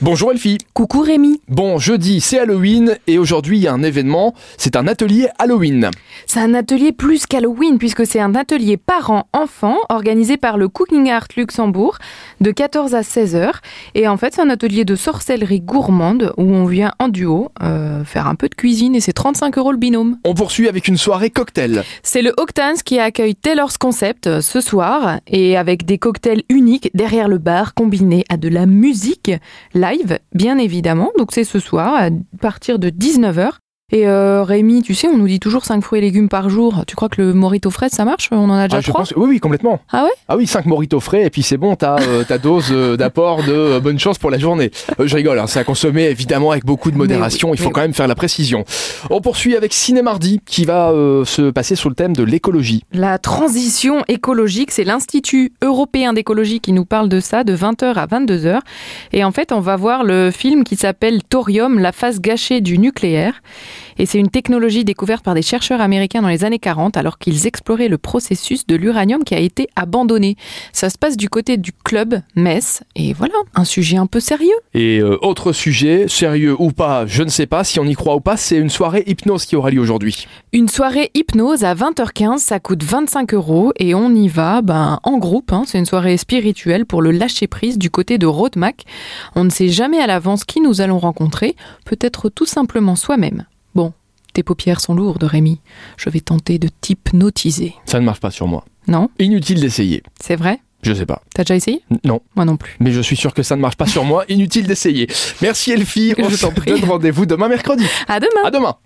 Bonjour Elfie. Coucou Rémi. Bon, jeudi c'est Halloween et aujourd'hui il y a un événement, c'est un atelier Halloween. C'est un atelier plus qu'Halloween puisque c'est un atelier parents-enfants organisé par le Cooking Art Luxembourg de 14 à 16 heures. Et en fait c'est un atelier de sorcellerie gourmande où on vient en duo faire un peu de cuisine et c'est 35 € le binôme. On poursuit avec une soirée cocktail. C'est le Octans qui accueille Taylor's Concept ce soir et avec des cocktails uniques derrière le bar combinés à de la musique live, bien évidemment. Donc c'est ce soir à partir de 19h. Et Rémi, tu sais, on nous dit toujours 5 fruits et légumes par jour. Tu crois que le mojito frais, ça marche ? On en a déjà 3 ? Oui, complètement. Ah ouais ? Ah oui, 5 mojitos frais et puis c'est bon, t'as ta dose d'apport de bonne chance pour la journée. Je rigole, hein, c'est à consommer évidemment avec beaucoup de modération, il faut quand même faire la précision. On poursuit avec Ciné Mardi qui va se passer sur le thème de l'écologie. La transition écologique, c'est l'Institut européen d'écologie qui nous parle de ça, de 20h à 22h. Et en fait, on va voir le film qui s'appelle Thorium, la face gâchée du nucléaire. Et c'est une technologie découverte par des chercheurs américains dans les années 40 alors qu'ils exploraient le processus de l'uranium qui a été abandonné. Ça se passe du côté du club Metz. Et voilà, un sujet un peu sérieux. Et autre sujet, sérieux ou pas, je ne sais pas, si on y croit ou pas, c'est une soirée hypnose qui aura lieu aujourd'hui. Une soirée hypnose à 20h15, ça coûte 25 € et on y va en groupe. C'est une soirée spirituelle pour le lâcher-prise du côté de Rodemack. On ne sait jamais à l'avance qui nous allons rencontrer, peut-être tout simplement soi-même. Bon, tes paupières sont lourdes, Rémi. Je vais tenter de t'hypnotiser. Ça ne marche pas sur moi. Non ? Inutile d'essayer. C'est vrai ? Je sais pas. T'as déjà essayé ? Non. Moi non plus. Mais je suis sûr que ça ne marche pas sur moi. Inutile d'essayer. Merci Elfie. On se donne rendez-vous demain mercredi. À demain. À demain.